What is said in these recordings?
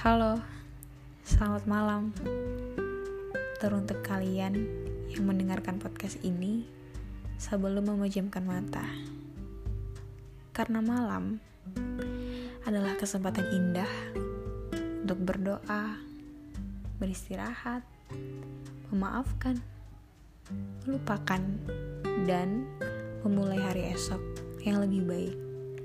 Halo, selamat malam. Teruntuk kalian yang mendengarkan podcast ini sebelum memejamkan mata. Karena malam adalah kesempatan indah untuk berdoa, beristirahat, memaafkan, melupakan, dan memulai hari esok yang lebih baik.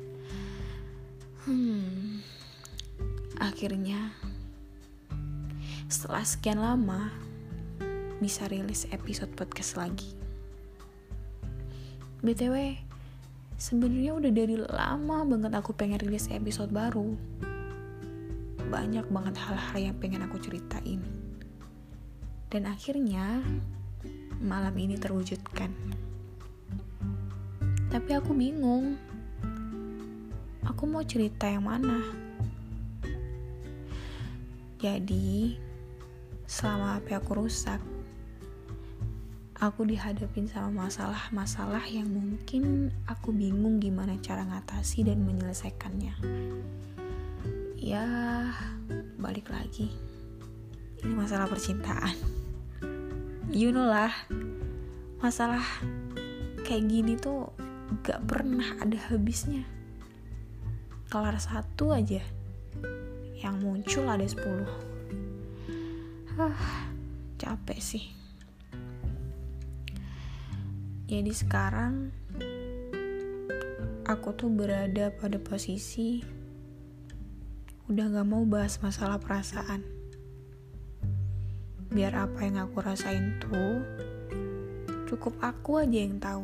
Akhirnya, setelah sekian lama, bisa rilis episode podcast lagi. BTW, sebenarnya udah dari lama banget aku pengen rilis episode baru. Banyak banget hal-hal yang pengen aku ceritain. Dan akhirnya, malam ini terwujudkan. Tapi aku bingung. Aku mau cerita yang mana? Jadi, selama HP aku rusak, aku dihadapin sama masalah-masalah yang mungkin aku bingung gimana cara ngatasi dan menyelesaikannya. Ya, balik lagi. Ini masalah percintaan. You know lah, masalah kayak gini tuh gak pernah ada habisnya. Kelar satu aja, yang muncul ada 10. Capek sih. Jadi sekarang aku tuh berada pada posisi udah gak mau bahas masalah perasaan. Biar apa yang aku rasain tuh cukup aku aja yang tahu.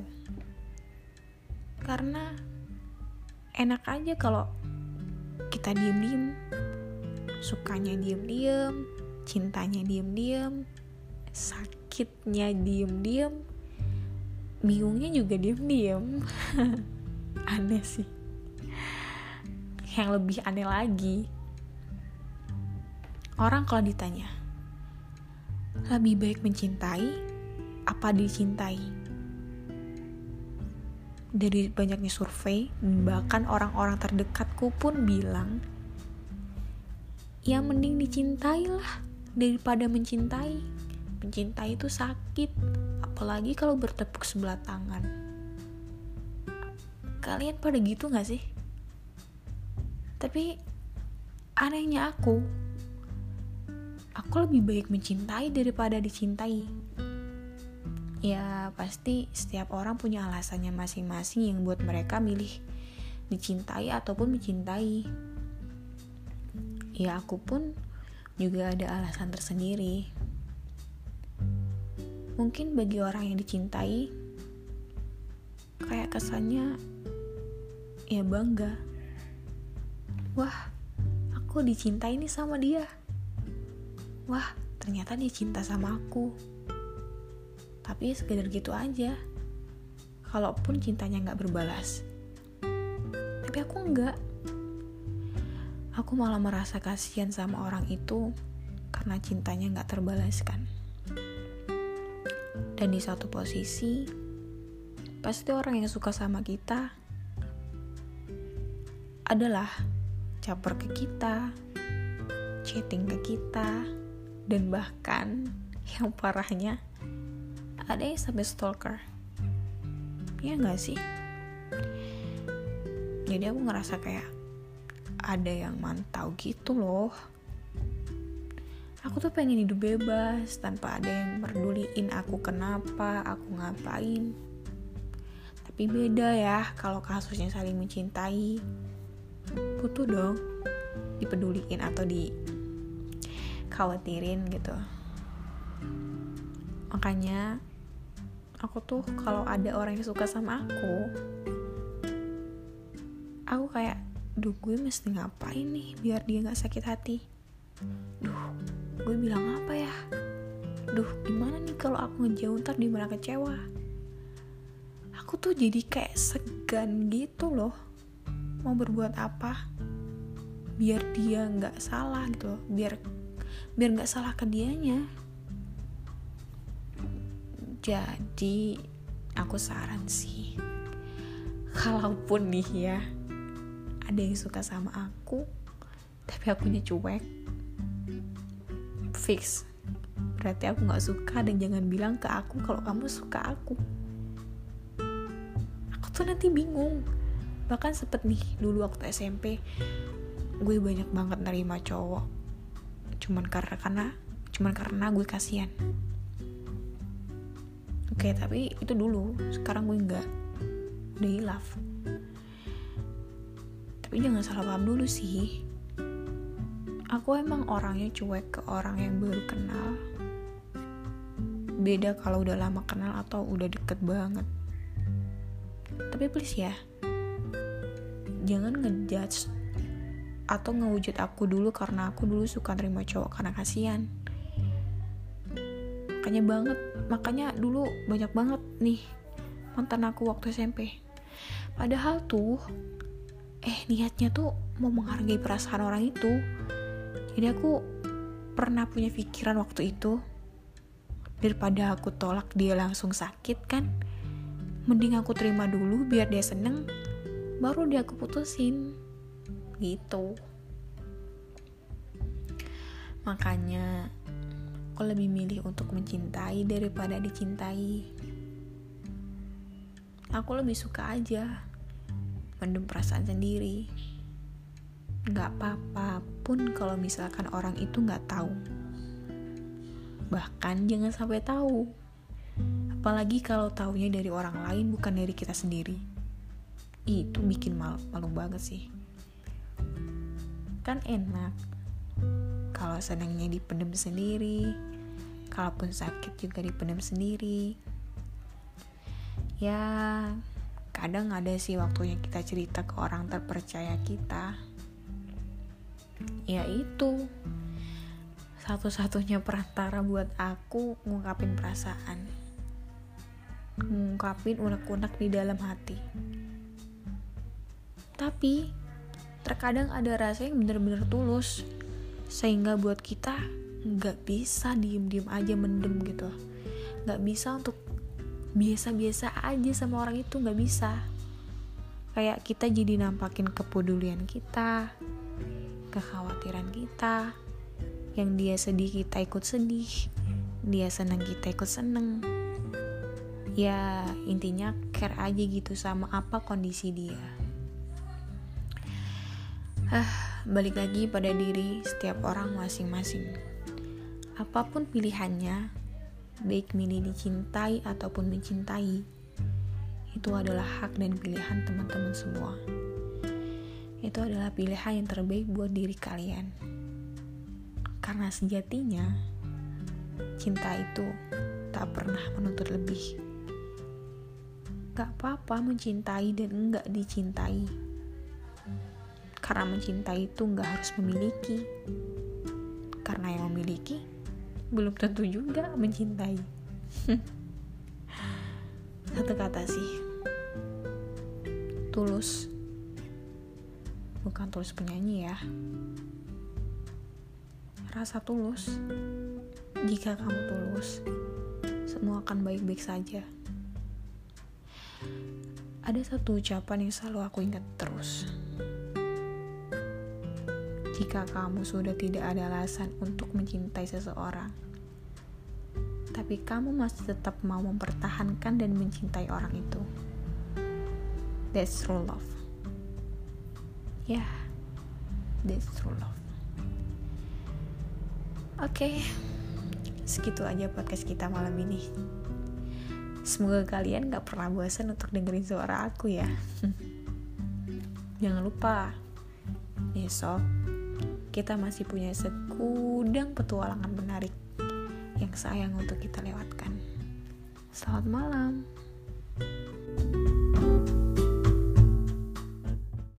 Karena enak aja kalau kita diem-diem, sukanya diem-diem, cintanya diem-diem, sakitnya diem-diem, bingungnya juga diem-diem. Aneh sih. Yang lebih aneh lagi, orang kalau ditanya, lebih baik mencintai apa dicintai? Dari banyaknya survei, bahkan orang-orang terdekatku pun bilang, ya mending dicintai lah daripada mencintai. Mencintai itu sakit, apalagi kalau bertepuk sebelah tangan. Kalian pada gitu gak sih? Tapi anehnya aku lebih baik mencintai daripada dicintai. Ya pasti setiap orang punya alasannya masing-masing yang buat mereka milih dicintai ataupun mencintai. Ya aku pun juga ada alasan tersendiri. Mungkin bagi orang yang dicintai, kayak kesannya ya bangga. Wah, aku dicintai nih sama dia. Wah, ternyata dia cinta sama aku. Tapi sekedar gitu aja. Kalaupun cintanya gak berbalas. Tapi aku enggak. Aku malah merasa kasihan sama orang itu karena cintanya gak terbalaskan. Dan di satu posisi, pasti orang yang suka sama kita adalah caper ke kita, chatting ke kita, dan bahkan yang parahnya ada yang sampai stalker. Ya gak sih? Jadi aku ngerasa kayak ada yang mantau gitu loh. Aku tuh pengen hidup bebas tanpa ada yang merduliin aku kenapa, aku ngapain. Tapi beda ya kalau kasusnya saling mencintai. Butuh dong dipeduliin atau dikhawatirin gitu. Makanya aku tuh kalau ada orang yang suka sama aku kayak, gue mesti ngapain nih biar dia gak sakit hati? Gue bilang apa ya? Gimana nih kalau aku ngejauh ntar dia malah kecewa? Aku tuh jadi kayak segan gitu loh. Mau berbuat apa? Biar dia gak salah gitu loh. Biar gak salah ke dianya. Jadi aku saran sih, kalaupun nih ya ada yang suka sama aku tapi akunya cuek, fix. Berarti aku gak suka, dan jangan bilang ke aku kalau kamu suka aku. Aku tuh nanti bingung. Bahkan sempet nih dulu waktu SMP, gue banyak banget nerima cowok cuman karena gue kasihan. Oke, tapi itu dulu. Sekarang gue enggak, udah hilaf. Tapi jangan salah paham dulu sih, aku emang orangnya cuek ke orang yang baru kenal. Beda kalau udah lama kenal atau udah deket banget. Tapi please ya, jangan ngejudge atau ngewujud aku dulu karena aku dulu suka nerima cowok karena kasihan. Makanya dulu banyak banget nih mantan aku waktu SMP. Padahal tuh niatnya tuh mau menghargai perasaan orang itu. Jadi aku pernah punya pikiran waktu itu, daripada aku tolak dia langsung sakit kan, mending aku terima dulu biar dia seneng, baru dia aku putusin gitu. Makanya aku lebih milih untuk mencintai daripada dicintai. Aku lebih suka aja mendem perasaan sendiri. Gak apa-apa pun kalau misalkan orang itu gak tahu. Bahkan jangan sampai tahu. Apalagi kalau taunya dari orang lain, bukan dari kita sendiri. Itu bikin malu banget sih. Kan enak kalau senangnya dipendam sendiri, kalaupun sakit juga dipendam sendiri. Ya, kadang ada sih waktunya kita cerita ke orang terpercaya kita. Ya itu satu-satunya perantara buat aku ngungkapin perasaan, ngungkapin unek-unek di dalam hati. Tapi terkadang ada rasa yang benar-benar tulus, sehingga buat kita gak bisa diem-diem aja mendem gitu. Gak bisa untuk biasa-biasa aja sama orang itu, gak bisa. Kayak kita jadi nampakin kepedulian kita, kekhawatiran kita. Yang dia sedih kita ikut sedih, dia seneng kita ikut seneng. Ya intinya care aja gitu sama apa kondisi dia. Balik lagi pada diri setiap orang masing-masing. Apapun pilihannya, baik milih dicintai ataupun mencintai, itu adalah hak dan pilihan teman-teman semua. Itu adalah pilihan yang terbaik buat diri kalian. Karena sejatinya cinta itu tak pernah menuntut lebih. Gak apa-apa mencintai dan enggak dicintai. Karena mencintai itu gak harus memiliki. Karena yang memiliki belum tentu juga mencintai. Satu kata sih, tulus. Bukan tulus penyanyi ya. Rasa tulus. Jika kamu tulus, semua akan baik-baik saja. Ada satu ucapan yang selalu aku ingat terus. Jika kamu sudah tidak ada alasan untuk mencintai seseorang, tapi kamu masih tetap mau mempertahankan dan mencintai orang itu, that's true love. That's true love. Oke, segitu aja podcast kita malam ini. Semoga kalian gak pernah bosan untuk dengerin suara aku ya. Jangan lupa, besok kita masih punya segudang petualangan menarik yang sayang untuk kita lewatkan. Selamat malam.